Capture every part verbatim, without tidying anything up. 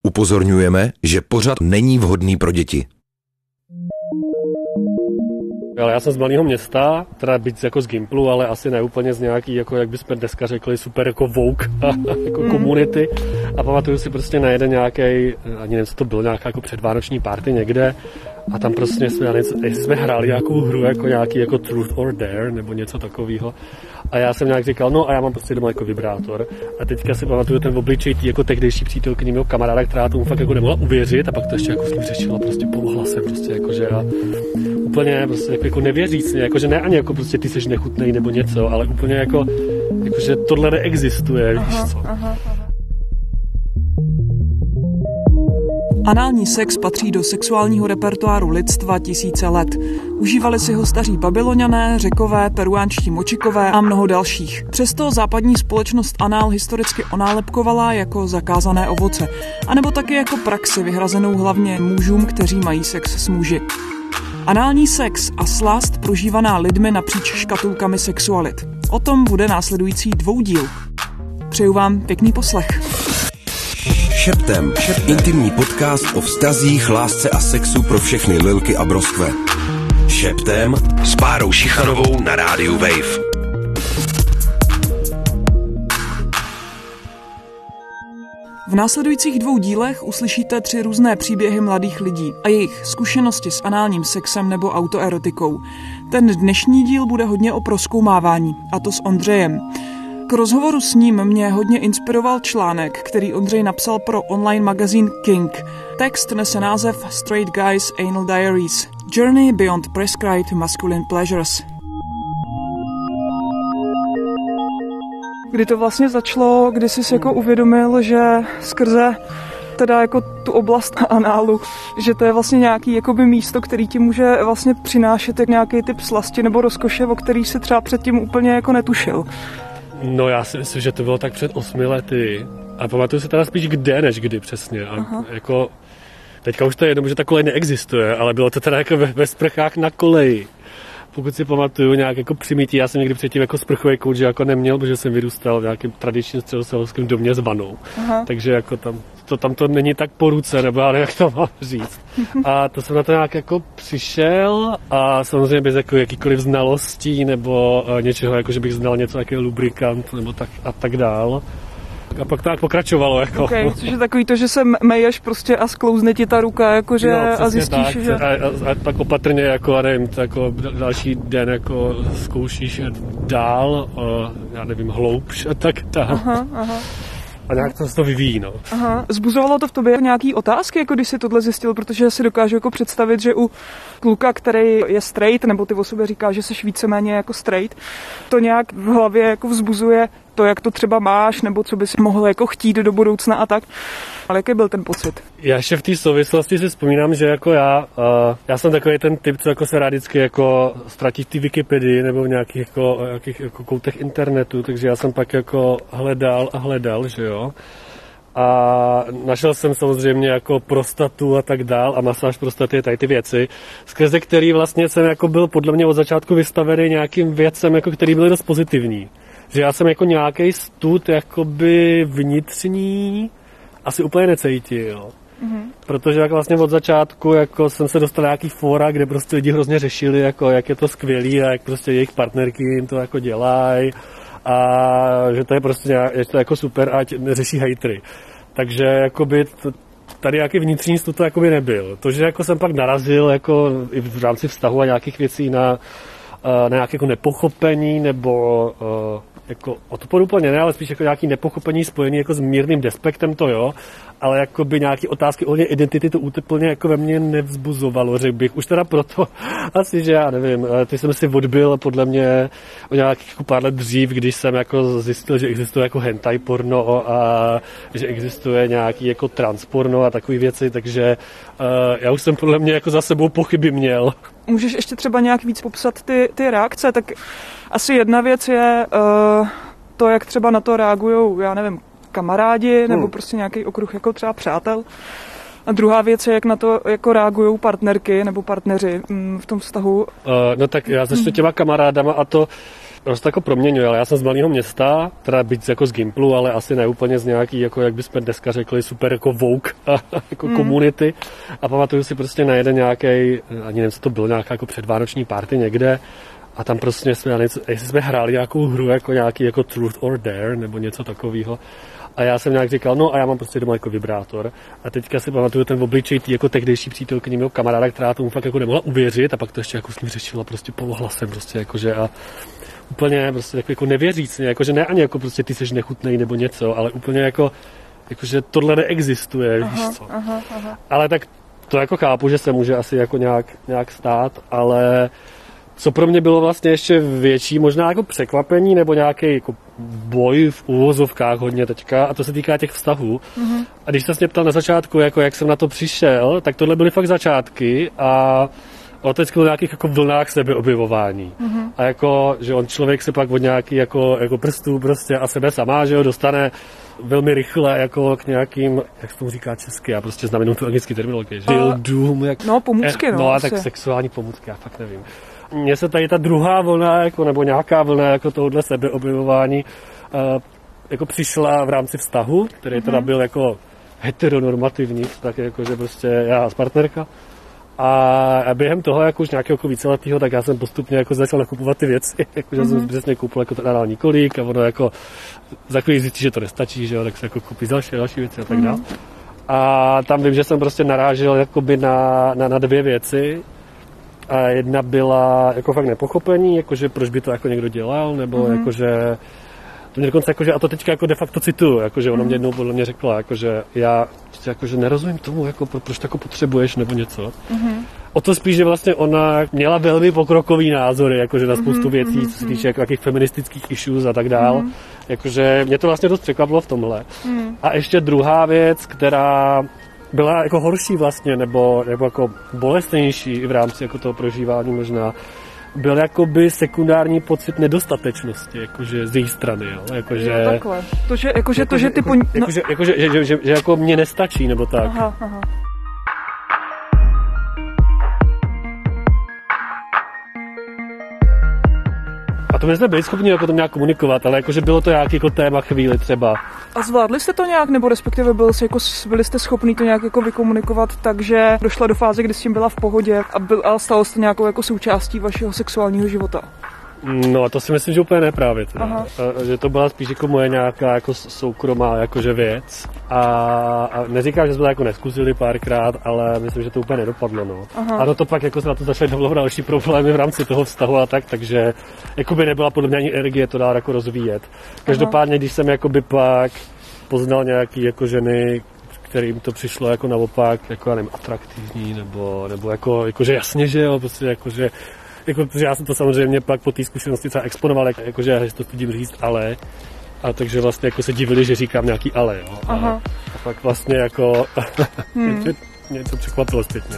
Upozorňujeme, že pořad není vhodný pro děti. Ale já jsem z malého města, teda byť jako z Gimplu, ale asi ne úplně z nějaký, jako jak bychom dneska řekli, super jako woke jako komunity. A pamatuju si prostě na jeden nějaký, ani nevím, co to bylo, nějaká jako předvánoční party někde. A tam prostě jsme, já nevím, jestli jsme hráli nějakou hru, jako nějaký jako Truth or Dare, nebo něco takového. A já jsem nějak říkal, no a já mám prostě doma jako vibrátor. A teďka si pamatuju ten obličej tý jako tehdejší přítelkyně mého kamaráda, která tomu fakt jako nemohla uvěřit, a pak to ještě jako s ním řešila, prostě pomohla se prostě jakože a úplně prostě jako nevěřícně, jakože ne ani jako prostě ty seš nechutnej nebo něco, ale úplně jako, jakože tohle neexistuje, aha, víš co. Aha, aha. Anální sex patří do sexuálního repertoáru lidstva tisíce let. Užívali si ho staří Babyloniané, Řekové, peruánští močikové a mnoho dalších. Přesto západní společnost anál historicky onálepkovala jako zakázané ovoce, anebo taky jako praxi vyhrazenou hlavně mužům, kteří mají sex s muži. Anální sex a slást prožívaná lidmi napříč škatulkami sexualit. O tom bude následující dvoudíl. Přeju vám pěkný poslech. Šeptem. Intimní podcast o vztazích, lásce a sexu pro všechny lilky a broskve. Šeptem s Bárou Šichanovou na rádiu Wave. V následujících dvou dílech uslyšíte tři různé příběhy mladých lidí a jejich zkušenosti s análním sexem nebo autoerotikou. Ten dnešní díl bude hodně o prozkoumávání, a to s Ondřejem. K rozhovoru s ním mě hodně inspiroval článek, který Ondřej napsal pro online magazín Kink. Text nese název Straight Guys Anal Diaries – Journey Beyond Prescribed Masculine Pleasures. Kdy to vlastně začalo, kdy jsi jako uvědomil, že skrze teda jako tu oblast análu, že to je vlastně nějaký jakoby místo, který ti může vlastně přinášet jak nějaký typ slasti nebo rozkoše, o který si třeba předtím úplně jako netušil. No já si myslím, že to bylo tak před osmi lety. A pamatuju si teda spíš kde, než kdy přesně. A jako, teďka už to je jenom, že ta kolej neexistuje, ale bylo to teda jako ve, ve sprchách na koleji. Pokud si pamatuju nějak jako přimítí, já jsem někdy předtím jako sprchový kouč jako neměl, protože jsem vyrůstal v nějakém tradičním středoselovském domě s vanou. Aha. Takže jako tam to, tam to není tak po ruce, nebo já nevím, jak to mám říct. A to jsem na to nějak jako přišel a samozřejmě bez jako jakýkoliv znalostí nebo uh, něčeho, jako že bych znal něco, jaký lubrikant nebo tak a tak dál. A pak to tak pokračovalo. Jako. Okay, což je takový to, že se meješ prostě a sklouzne ti ta ruka, jakože no, a zjistíš, tak, že... A, a, a pak opatrně, jako, a nevím, jako další den jako zkoušíš dál, a, já nevím, hloubš a tak dál. Aha, aha. A nějak to se to vyvíjí, no. Aha. Zbuzovalo to v tobě nějaký otázky, jako když jsi tohle zjistil, protože si dokážu jako představit, že u kluka, který je straight, nebo ty o sobě říká, že jsi víceméně jako straight, to nějak v hlavě jako vzbuzuje to, jak to třeba máš, nebo co bys mohl jako chtít do budoucna a tak. Ale jaký byl ten pocit? Já ještě v té souvislosti si vzpomínám, že jako já, uh, já jsem takový ten typ, co jako se rád vždycky jako ztratí v té Wikipedii nebo v nějakých jako, nějakých jako koutech internetu, takže já jsem pak jako hledal a hledal, že jo. A našel jsem samozřejmě jako prostatu a tak dál a masáž prostaty a tady ty věci, skrze který vlastně jsem jako byl podle mě od začátku vystavený nějakým věcem, jako který byly dost pozitivní. Že já jsem jako nějaký stud jakoby vnitřní asi úplně necítil. Mm-hmm. Protože jak vlastně od začátku jako jsem se dostal na nějaký fóra, kde prostě lidi hrozně řešili, jako jak je to skvělý a jak prostě jejich partnerky jim to jako dělají a že to je prostě je to jako super, ať neřeší hejtry. Takže jakoby t- tady nějaký vnitřní stud to jakoby nebyl. To, že jako jsem pak narazil jako i v rámci vztahu a nějakých věcí na, na nějaké jako nepochopení nebo jako odpor úplně ne, ale spíš jako nějaký nepochopení spojený jako s mírným despektem, to jo, ale jako by nějaký otázky ohledně identity to úplně jako ve mně nevzbuzovalo, řekl bych. Už teda proto asi, že já nevím, ty jsem si odbil podle mě o nějakých jako pár let dřív, když jsem jako zjistil, že existuje jako hentai porno a že existuje nějaký jako transporno a takové věci, takže uh, já už jsem podle mě jako za sebou pochyby měl. Můžeš ještě třeba nějak víc popsat ty, ty reakce, tak asi jedna věc je uh, to, jak třeba na to reagujou, já nevím, kamarádi, nebo hmm. prostě nějaký okruh jako třeba přátel. A druhá věc je, jak na to jako reagujou partnerky nebo partneři mm, v tom vztahu. Uh, no tak já začnu těma kamarádama a to prostě jako proměňuje, ale já jsem z malého města, teda byť jako z Gimplu, ale asi ne úplně z nějaký, jako jak bychom dneska řekli, super jako woke jako mm. komunity. A pamatuju si prostě na jeden nějaký, ani nevím, co to bylo, nějaká jako předvánoční party někde. A tam prostě jsme, jestli jsme hráli nějakou hru, jako nějaký jako Truth or Dare, nebo něco takového. A já jsem nějak říkal, no a já mám prostě doma jako vibrátor. A teďka si pamatuju ten obličej tý jako tehdejší přítelkyně mého kamaráda, která tomu fakt jako nemohla uvěřit a pak to ještě jako s ním řešila prostě polohlasem prostě jakože a úplně prostě jako, jako nevěřícně, jakože ne ani jako prostě ty seš nechutnej nebo něco, ale úplně jako, jakože tohle neexistuje, aha, víš co. Aha, aha. Ale tak to jako chápu, že se může asi jako nějak, nějak stát, ale co pro mě bylo vlastně ještě větší, možná jako překvapení nebo nějaký jako boj v uvozovkách hodně teďka, a to se týká těch vztahů. Mm-hmm. A když se mě ptal na začátku, jako jak jsem na to přišel, tak tohle byly fakt začátky a o teď bylo nějakých jako vlnách sebeobjevování. Mm-hmm. A jako, že on člověk se pak od nějaký jako, jako prstů prostě a sebe sama, že ho dostane velmi rychle jako k nějakým, jak se tomu říká česky, já prostě znamenám tu anglický terminologii. Dildům, jak, no pomůcky, no. No a tak sexuální pomůcky, já fakt nevím. Mně se tady ta druhá vlna, jako, nebo nějaká vlna jako tohohle sebeobjevování uh, jako přišla v rámci vztahu, který mm-hmm. teda byl jako heteronormativní, tak jako, že prostě já s partnerka. A během toho, jako už nějakého jako víceletého, tak já jsem postupně jako začal nakupovat ty věci, jako, že mm-hmm. jsem přesně koupil jako ten anální kolík a ono jako za chvíli zjistí, že to nestačí, že jo, tak se jako koupí další, další věci a tak dále. Mm-hmm. A tam vím, že jsem prostě narážel jakoby na, na, na dvě věci. A jedna byla jako fakt nepochopení, jakože proč by to jako někdo dělal, nebo mm-hmm. jakože to mě dokonce jakože, a to teďka jako de facto cituju, jakože ona mě jednou podle mě řekla, jakože já jakože nerozumím tomu, jako pro, proč to jako potřebuješ, nebo něco. Mm-hmm. O to spíš, že vlastně ona měla velmi pokrokový názory, jakože na spoustu mm-hmm. věcí, co se týče jako jakých feministických issues a tak dál. Mm-hmm. Jakože mě to vlastně dost překvapilo v tomhle. Mm-hmm. A ještě druhá věc, která byla jako horší vlastně, nebo, nebo jako bolestnější i v rámci jako toho prožívání možná, byl jakoby sekundární pocit nedostatečnosti, jakože z její strany, jo, jakože... Jo, takhle. To, že, jakože to, že ty... Jako, no. Jakože, jakože, že, že, že, že jako mě nestačí, nebo tak. Aha, aha. A to my jsme byli schopni jako to nějak komunikovat, ale jakože bylo to nějaký jako téma chvíli třeba. A zvládli jste to nějak, nebo respektive byl jste, jako, byli jste schopni to nějak jako vykomunikovat, takže došla do fáze, kdy s tím byla v pohodě a, byl, a stalo se to nějakou jako součástí vašeho sexuálního života? No a to si myslím, že úplně ne právě teda. A, že to byla spíš jako moje nějaká jako soukromá jakože věc. A, a neříkám, že jsme to jako neskusili párkrát, ale myslím, že to úplně nedopadlo. No. A no to pak jako se na to začaly dovolat další problémy v rámci toho vztahu a tak, takže jakoby nebyla podle mě ani energie to dál jako rozvíjet. Každopádně, když jsem jakoby pak poznal nějaký jako ženy, kterým to přišlo jako naopak, jako já nevím, atraktivní, nebo, nebo jako, jako, že jasně, že jo, prostě jako, že Jako, protože já jsem to samozřejmě pak po té zkušenosti třeba exponoval, jakože já si to tudím říct, ale a takže vlastně jako se divili, že říkám nějaký ale, jo. A, a pak vlastně jako hmm. mě to překvapilo zpětně.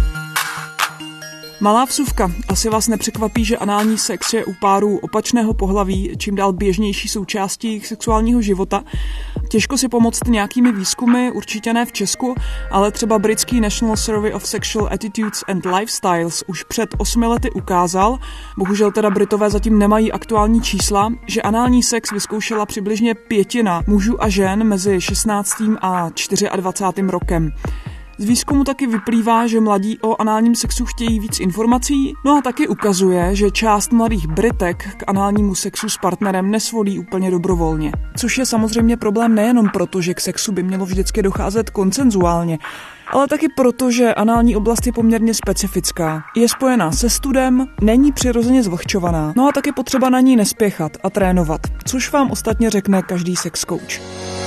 Malá vsuvka. Asi vás nepřekvapí, že anální sex je u párů opačného pohlaví čím dál běžnější součástí jejich sexuálního života. Těžko si pomoct nějakými výzkumy, určitě ne v Česku, ale třeba britský National Survey of Sexual Attitudes and Lifestyles už před osmi lety ukázal, bohužel teda Britové zatím nemají aktuální čísla, že anální sex vyzkoušela přibližně pětina mužů a žen mezi šestnáctým a dvacátým čtvrtým rokem. Z výzkumu taky vyplývá, že mladí o análním sexu chtějí víc informací, no a taky ukazuje, že část mladých Britek k análnímu sexu s partnerem nesvolí úplně dobrovolně. Což je samozřejmě problém nejenom proto, že k sexu by mělo vždycky docházet konsenzuálně, ale taky proto, že anální oblast je poměrně specifická. Je spojená se studem, není přirozeně zvlhčovaná, no a taky potřeba na ní nespěchat a trénovat, což vám ostatně řekne každý sex coach.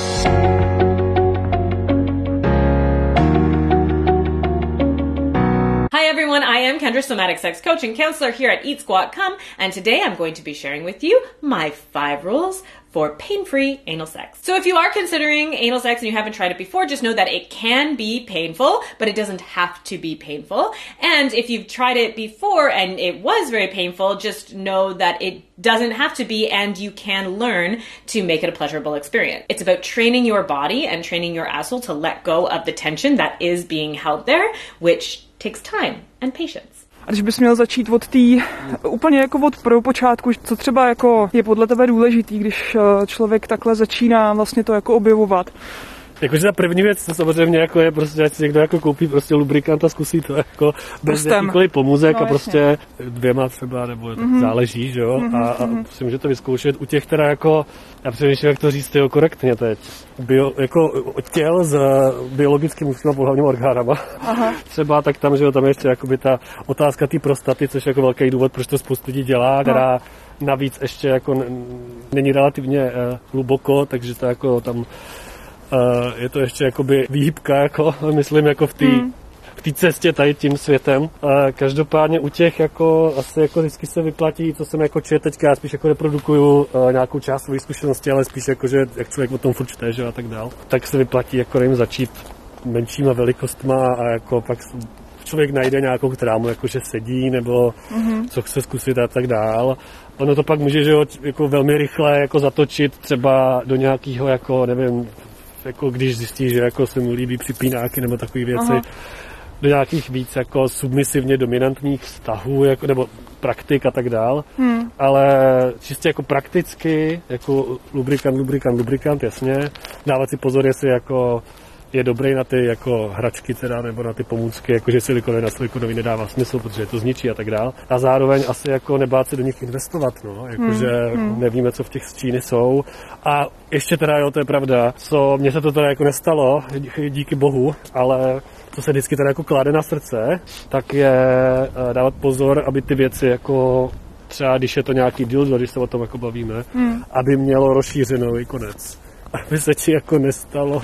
Hi everyone, I am Kendra, somatic sex coach and counselor here at Eat Squat Come, and today I'm going to be sharing with you my five rules for pain-free anal sex. So if you are considering anal sex and you haven't tried it before, just know that it can be painful, but it doesn't have to be painful. And if you've tried it before and it was very painful, just know that it doesn't have to be, and you can learn to make it a pleasurable experience. It's about training your body and training your asshole to let go of the tension that is being held there, which takes time and patience. A když bys měl začít od té, úplně jako od prvopočátku, co třeba jako je podle tebe důležitý, když člověk takhle začíná vlastně to jako objevovat? Jakože ta první věc, to samozřejmě jako je prostě, ať si někdo jako koupí prostě lubrikant a zkusí to jako bez jakýkoliv pomůzek no, a prostě dvěma třeba, nebo mm-hmm. tak záleží, že jo, mm-hmm. a, a si může to vyzkoušet u těch, která jako, já přemýšlím, jak to říct tyjo, korektně teď, Bio, jako těl s biologickým mužským pohlavním orgánama, aha. třeba, tak tam, že jo, tam je ještě jakoby ta otázka té prostaty, což je jako velký důvod, proč to spoustu lidí dělá, která no. navíc ještě jako n- není relativně uh, hluboko, takže to jako tam Uh, je to ještě jakoby výhybka, jako, myslím, jako v té hmm. v té cestě tady tím světem. Uh, každopádně u těch jako asi jako vždycky se vyplatí, co jsem jako čet teďka, já spíš jako reprodukuju uh, nějakou část svých zkušeností, ale spíš jako, že jak člověk o tom furt čte, že a tak dál, tak se vyplatí jako jim začít menšíma velikostma a jako pak člověk najde nějakou, která mu jakože sedí, nebo mm-hmm. co chce zkusit a tak dál. Ono to pak může, že jo, jako velmi rychle jako zatočit třeba do nějakého, jako nevím, jako když zjistí, že jako se mu líbí připínáky nebo takové věci, aha. do nějakých víc jako submisivně dominantních vztahů, jako, nebo praktik a tak dál. Hmm. Ale čistě jako prakticky, jako lubrikant, lubrikant, lubrikant, jasně. Dávat si pozor, jestli jako je dobrý na ty jako hračky teda, nebo na ty pomůcky, jakože silikony na silikonový nedává smysl, protože to zničí a tak dál. A zároveň asi jako nebát se do nich investovat, no, jakože hmm. nevíme, co v těch z Číny jsou. A ještě teda, jo, to je pravda, co mně se to teda jako nestalo, díky bohu, ale co se vždycky teda jako klade na srdce, tak je dávat pozor, aby ty věci jako třeba, když je to nějaký dildo, když se o tom jako bavíme, hmm. aby mělo rozšířený konec. Aby se ti jako nestalo,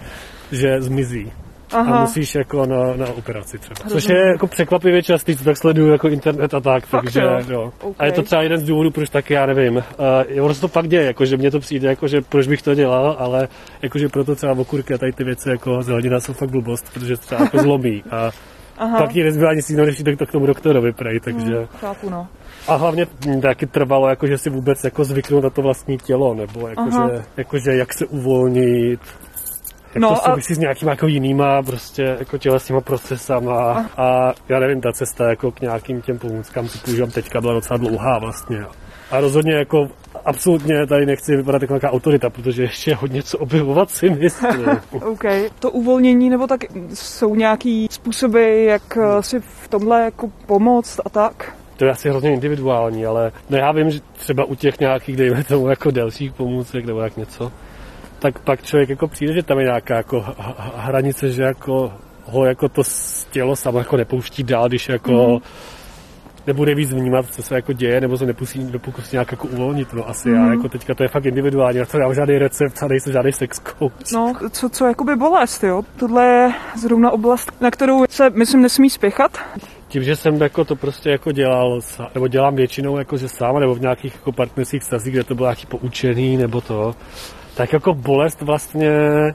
že zmizí. Aha. A musíš jako na, na operaci třeba. Rozumím. Což je jako překvapivě častý, co tak sleduju jako internet a tak, fakt, takže jo. Okay. A je to třeba jeden z důvodů, proč taky já nevím. Uh, ono se to fakt děje, jakože mně to přijde, jakože proč bych to dělal, ale jakože proto třeba okurky a tady ty věci jako zelenina jsou fakt blbost, protože třeba jako zlomí a aha. pak ti nezbývá nic jiného, než jít k tomu doktorovi prej, takže... Hmm, chápu, no. A hlavně taky trvalo, jakože si vůbec jako zvyknout na to vlastní tělo, nebo jakože, jakože jak se uvolnit, jak no to souvisí a... s nějakýma jako jinýma prostě jako tělesnýma procesama a... a já nevím, ta cesta jako k nějakým těm pomůckám, co používám teďka, byla docela dlouhá vlastně. A rozhodně jako absolutně tady nechci vypadat jako nějaká autorita, protože ještě je hodně co objevovat, si myslím. OK. To uvolnění, nebo tak jsou nějaký způsoby, jak si v tomhle jako pomoct a tak? To je asi hrozně individuální, ale no já vím, že třeba u těch nějakých, dejme tomu jako delších pomůcek nebo jak něco, tak pak člověk jako přijde, že tam je nějaká jako hranice, že jako ho jako to tělo samo jako nepouští dál, když jako mm. nebude víc vnímat, co se jako děje, nebo se nepustí dopokusí nějak jako uvolnit. No asi mm. já jako teďka to je fakt individuální, já to dám žádný recept, a nejsem žádný sex coach. No, co, co jakoby bolest, jo? Tohle je zrovna oblast, na kterou se, myslím, nesmí spěchat. Tím, že jsem jako to prostě jako dělal, nebo dělám většinou jako že sám, nebo v nějakých jako partnerských vztazích, kde to bylo nějaký poučený, nebo to, tak jako bolest vlastně,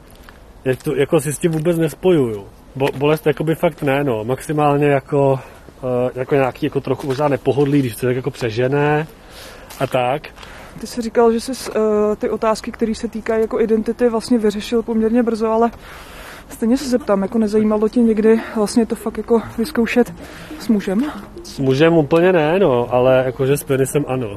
jak to, jako si s tím vůbec nespojuju. Bo, bolest jakoby fakt ne, no, maximálně jako, uh, jako nějaký jako trochu možná nepohodlí, když to jako přežené a tak. Ty jsi říkal, že jsi uh, ty otázky, které se týkají jako identity, vlastně vyřešil poměrně brzo, ale stejně se zeptám, jako nezajímalo tě někdy vlastně to fakt jako vyzkoušet s mužem? S mužem úplně ne, no, ale jakože s penisem ano.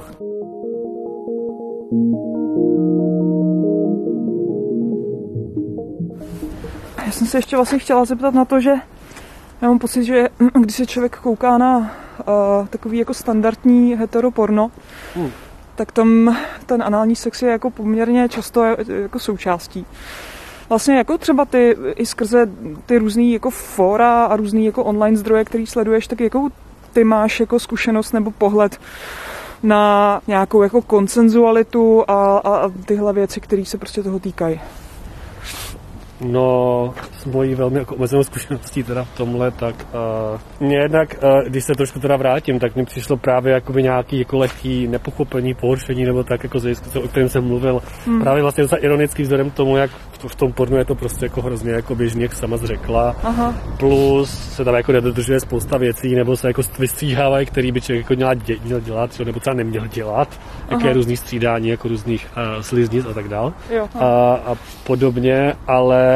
Já jsem se ještě vlastně chtěla zeptat na to, že já mám pocit, že když se člověk kouká na uh, takový jako standardní heteroporno, hmm. tak tam ten anální sex je jako poměrně často jako součástí. Vlastně jako třeba ty i skrze ty různý jako fóra a různý jako online zdroje, který sleduješ, tak jakou ty máš jako zkušenost nebo pohled na nějakou jako konsenzualitu a, a tyhle věci, které se prostě toho týkají? No, s mojí velmi jako omezenou zkušeností teda v tomhle, tak uh, mě jednak, uh, když se trošku teda vrátím, tak mi přišlo právě jakoby nějaký jako lehký nepochopení, pohoršení nebo tak jako zejistku, o kterém jsem mluvil. Hmm. Právě vlastně docela ironický vzhledem k tomu, jak v tom pornu je to prostě jako hrozně jako běžně, jak sama zřekla. Aha. Plus se tam jako nedodržuje spousta věcí, nebo se jako vystříhávají, který by člověk jako měl, dě, měl dělat, nebo třeba neměl dělat. Jaké různý střídání, jako různých uh, sliznic a tak dál. Jo, a, a podobně, ale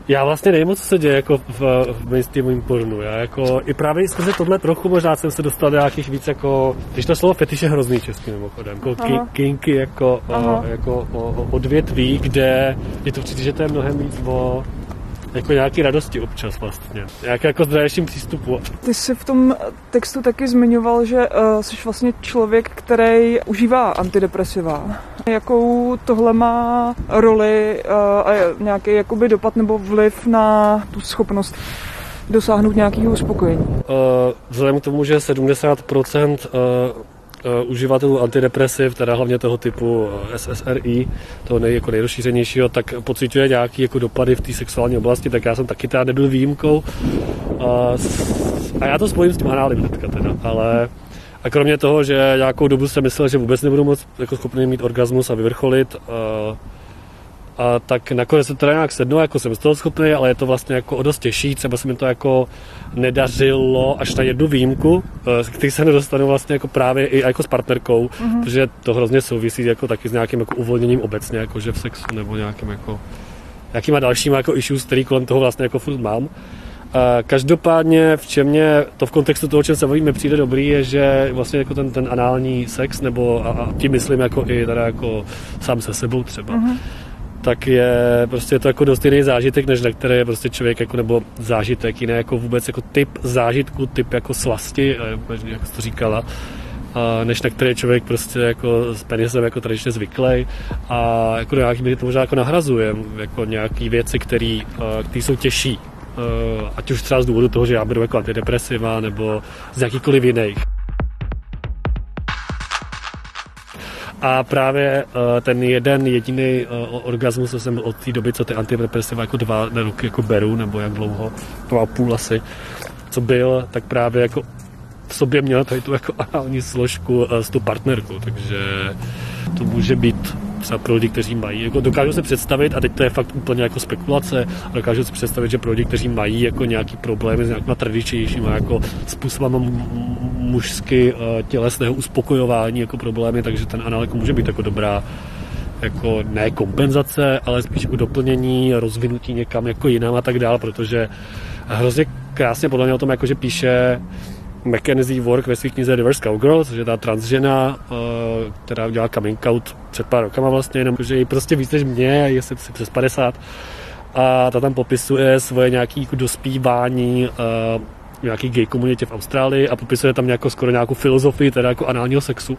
Já vlastně nevím, co se děje jako v, v mainstreamovém pornu. Já jako i právě skrze tohle trochu možná jsem se dostal do nějakých víc jako, když to slovo fetiš je hrozný český mimochodem, jako ki, kinky jako, o, jako o, odvětví, kde je to přijde, že to je mnohem víc o jako nějaký radosti občas vlastně. Jak jako zdravějším přístupu. Ty jsi v tom textu taky zmiňoval, že uh, jsi vlastně člověk, který užívá antidepresiva. Jakou tohle má roli uh, a nějaký jakoby dopad nebo vliv na tu schopnost dosáhnout nějakého uspokojení? Uh, vzhledem k tomu, že sedmdesát procent uh, Uh, uživatelů antidepresiv, teda hlavně toho typu S S R I, toho nej, jako nejrozšířenějšího, tak pociťuje nějaké jako dopady v té sexuální oblasti, tak já jsem taky teda nebyl výjimkou. Uh, a já to spojím s tím análem hnedka teda, ale a kromě toho, že nějakou dobu jsem myslel, že vůbec nebudu moc jako schopný mít orgasmus a vyvrcholit, uh, a tak nakonec se teda nějak sednou, jako jsem z toho schopný, ale je to vlastně jako o dost těžší, třeba se mi to jako nedařilo až na jednu výjimku, z kterých se nedostanu vlastně jako právě i jako s partnerkou, mm-hmm. protože to hrozně souvisí jako taky s nějakým jako uvolněním obecně, jako že v sexu nebo nějakým jako nějakýma dalšíma jako issues, který kolem toho vlastně jako furt mám. Každopádně, v čem mě to v kontextu toho, o čem se bavíme, přijde dobrý, je, že vlastně jako ten, ten anální sex, nebo a, a tím myslím jako i teda jako sám se sebou třeba, mm-hmm. tak je prostě to jako dost jiný zážitek, než na které je prostě člověk jako, nebo zážitek, jiný jako vůbec jako typ zážitku, typ jako slasti, jak jsi to říkala, a než na které člověk prostě jako s penisem jako tradičně zvyklý a jako nějaký to možná jako nahrazuje jako nějaký věci, které jsou těžší, ať už třeba z důvodu toho, že já beru jako antidepresiva nebo z jakýkoliv jiných. A právě uh, ten jeden jediný uh, orgasmus, co jsem od té doby, co ty antidepresiva jako dva roky jako beru, nebo jak dlouho, dva a půl asi, co byl, tak právě jako v sobě měl tady tu jako anální složku uh, s tou partnerkou, takže to může být třeba pro lidi, kteří mají, jako dokážu si představit, a teď to je fakt úplně jako spekulace, dokážu si představit, že pro lidi, kteří mají jako nějaký problémy s nějakýma tradičnějšíma jako způsobama mužsky tělesného uspokojování jako problémy, takže ten anál jako může být jako dobrá jako ne kompenzace, ale spíš jako doplnění, rozvinutí někam jako jinam a tak dál, protože hrozně krásně podle mě o tom jakože píše Mackenzie Work ve své knize Reverse Cowgirl, což je ta transžena, která udělala coming out před pár rokama vlastně, jenom, že ji prostě víc než mě, je si přes padesát, a ta tam popisuje svoje nějaké jako dospívání v nějaké gay komunitě v Austrálii a popisuje tam nějakou, skoro nějakou filozofii, teda jako análního sexu.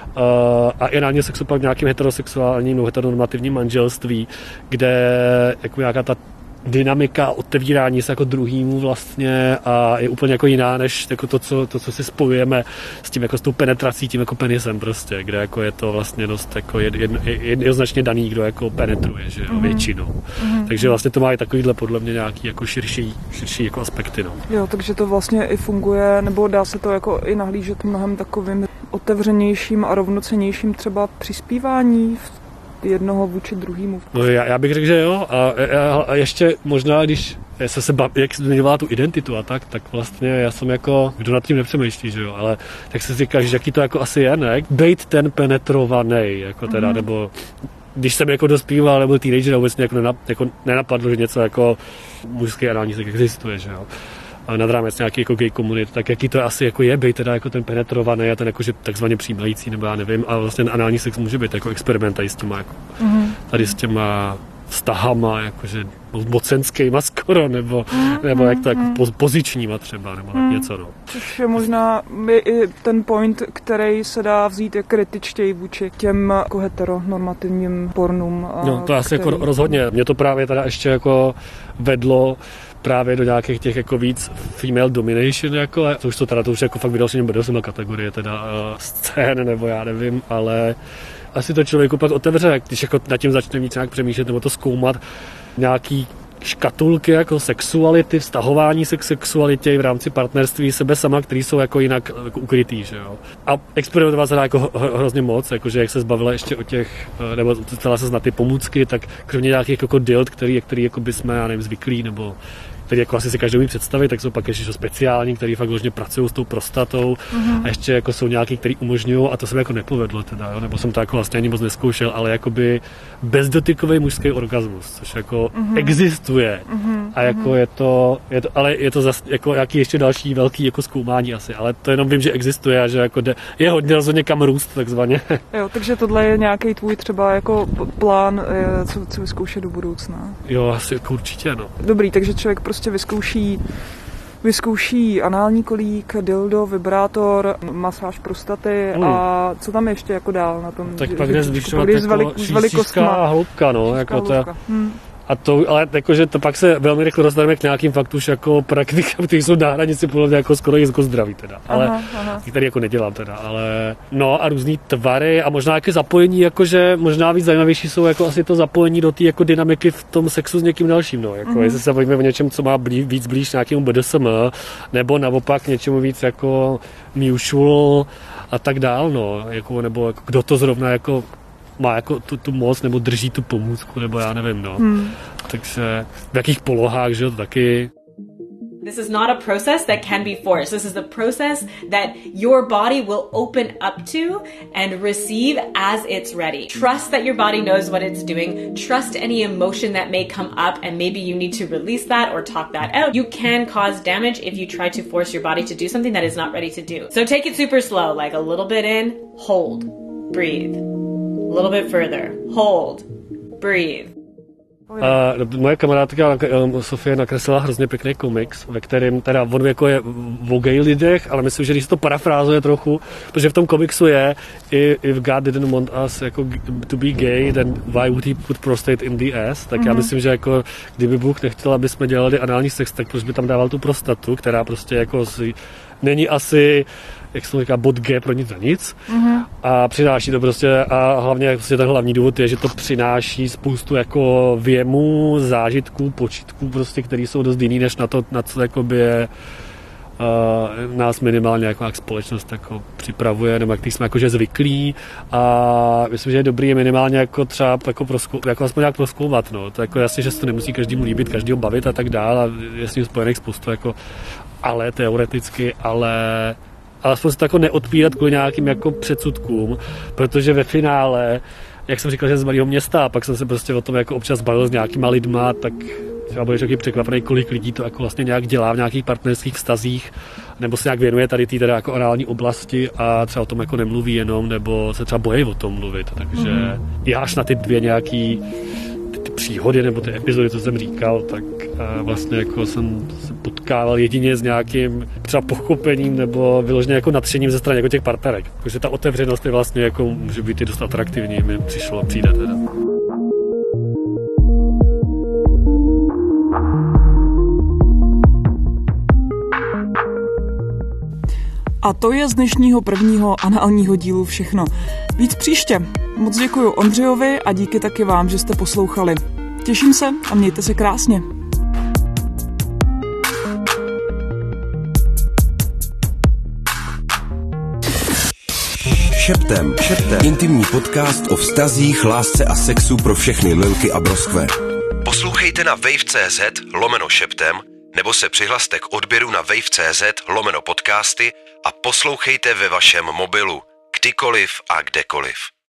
A análního sexu pak v nějakém heterosexuálním, heteronormativním manželství, kde jako nějaká ta dynamika otevírání se jako druhýmu vlastně a je úplně jako jiná než jako to, co, to, co si spojujeme s tím jako s tou penetrací, tím jako penisem prostě, kde jako je to vlastně dost jako jed, jed, jednoznačně daný, kdo jako penetruje, že jo, mm-hmm. většinou. Mm-hmm. Takže vlastně to má i takovýhle podle mě nějaký jako širší, širší jako aspekty, no. Jo, takže to vlastně i funguje, nebo dá se to jako i nahlížet mnohem takovým otevřenějším a rovnocennějším třeba přispívání v jednoho vůči druhému. No já, já bych řekl, že jo. A, a, a ještě možná, když se se bav, jak zmiňovala tu identitu a tak, tak vlastně já jsem jako, kdo nad tím nepřemýšlí, že jo, ale tak se říká, že jaký to jako asi je, ne? Bejt ten penetrovaný, jako teda, mm-hmm. nebo když jsem jako dospíval, nebo teenager, vůbec jako, nenap, jako nenapadlo, že něco jako mužský anální sex existuje, že jo. Nad rámec nějaký jako gay komunit, tak jaký to asi jako je, být teda jako ten penetrovaný a ten jakože takzvaně přijímající, nebo já nevím, a vlastně ten anální sex může být jako experiment s těma jako, mm-hmm. tady s těma vztahama, jakože mocenskýma skoro, nebo, mm-hmm. nebo jak to jako mm-hmm. pozičníma třeba, nebo mm-hmm. tak něco, no. Což je možná i ten point, který se dá vzít jak kritičtěji vůči těm jako heteronormativním pornům. No, to asi který... jako rozhodně. Mě to právě teda ještě jako vedlo právě do nějakých těch jako víc female domination, jako, to už to teda, to už jako fakt vydal na kategorie teda uh, scén, nebo já nevím, ale asi to člověku pak otevře, když jako nad tím začne víc nějak přemýšlet, nebo to zkoumat nějaký škatulky jako sexuality, vztahování se k sexualitě v rámci partnerství sebe sama, který jsou jako jinak jako ukrytý, že jo. A experimentovat se dá jako hrozně moc, jakože jak se zbavila ještě o těch, nebo celá se na ty pomůcky, tak kromě nějakých jako dild, který, který jako by jsme, já nevím, zvyklí, nebo který jako asi si každý umí představit, tak jsou pak ještě speciální, který fakt vložně pracují s tou prostatou mm-hmm. a ještě jako jsou nějaký, který umožňují, a to se mi jako nepovedlo teda, jo? Nebo jsem to jako vlastně ani moc neskoušel, ale jakoby bezdotykový mužský orgasmus, což jako mm-hmm. existuje mm-hmm. a jako je to, je to, ale je to zas, jako jaký ještě další velký jako zkoumání asi, ale to jenom vím, že existuje a že jako de, je hodně rozhodně kam růst takzvaně. Jo, takže tohle je nějaký tvůj třeba jako plán, co, co vyzkoušet do budoucna. Jo, asi jako určitě, no. Dobrý, takže člověk prostě vyzkouší vyzkouší anální kolík, dildo, vibrátor, masáž prostaty mm. a co tam ještě jako dál na tom? Tak pak jde zvyšovat jako šířka hloubka, no. Šířka jako hloubka. To, hmm. A to, ale jakože to pak se velmi rychle dostaneme k nějakým faktům jako praktikám, které jsou na hranici podle mě jako skoro jako zdraví teda, ale aha, aha. který jako nedělám teda, ale no a různý tvary a možná jaké zapojení, jakože možná víc zajímavější jsou jako asi to zapojení do té jako dynamiky v tom sexu s někým dalším, no, jako mm-hmm. jestli se bavíme o něčem, co má blí, víc blíž nějakému B D S M, nebo naopak něčemu víc jako mutual a tak dál, no, jako, nebo jako, kdo to zrovna jako má jako tu, tu moc, nebo drží tu pomůcku, nebo já nevím, no. Hmm. Takže v jakých polohách, že jo, to taky. This is not a process that can be forced. This is the process that your body will open up to and receive as it's ready. Trust that your body knows what it's doing. Trust any emotion that may come up and maybe you need to release that or talk that out. You can cause damage if you try to force your body to do something that is not ready to do. So take it super slow, like a little bit in, hold, breathe. A little bit further. Hold. Breathe. A moje kamarádka Sofie nakreslila hrozně pěkný komiks, ve kterém teda on jako je o gay lidech, ale myslím, že když to parafrázuje trochu, protože v tom komiksu je if God didn't want us jako to be gay, then why would he put prostate in the ass? Tak mm-hmm. já myslím, že jako kdyby Bůh nechtěl, aby jsme dělali anální sex, tak proč by tam dával tu prostatu, která prostě jako si, není asi, jak se to říká, bod G pro nic za nic. Mm-hmm. A přináší to prostě, a hlavně prostě ten hlavní důvod je, že to přináší spoustu jako věmů, zážitků, počitků, prostě, které jsou dost jiný, než na to, na co jakoby je, uh, nás minimálně jako jak společnost jako připravuje, nebo jak jsme jakože zvyklí. A myslím, že je dobrý je minimálně jako třeba jako, proskou, jako aspoň nějak prozkoumat. No. To jako jasně, že se to nemusí každému líbit, každýho bavit a tak dál. A je s tím spojených spoustu jako ale teoreticky, ale ale aspoň se to jako neodpírat kvůli nějakým jako předsudkům, protože ve finále, jak jsem říkal, že z malého města, a pak jsem se prostě o tom jako občas bavil s nějakýma lidma, tak třeba budeš taky překvapený, kolik lidí to jako vlastně nějak dělá v nějakých partnerských vztazích, nebo se nějak věnuje tady té teda jako orální oblasti a třeba o tom jako nemluví jenom, nebo se třeba bojí o tom mluvit, takže mm-hmm. já až na ty dvě nějaký ty, ty příhody nebo ty epizody, co jsem říkal, tak vlastně jako jsem se potkával jedině s nějakým třeba pochopením nebo vyloženě jako nadšením ze strany jako těch partnerek. Takže ta otevřenost je vlastně jako může být i dost atraktivní, mi přišlo, přijde teda. A to je z dnešního prvního análního dílu všechno. Víc příště. Moc děkuji Ondřejovi a díky taky vám, že jste poslouchali. Těším se a mějte se krásně. Šeptem. Šeptem. Intimní podcast o vztazích, lásce a sexu pro všechny lilky a broskve. Poslouchejte na wave.cz lomeno šeptem nebo se přihlaste k odběru na wave.cz lomeno podcasty a poslouchejte ve vašem mobilu, kdykoliv a kdekoliv.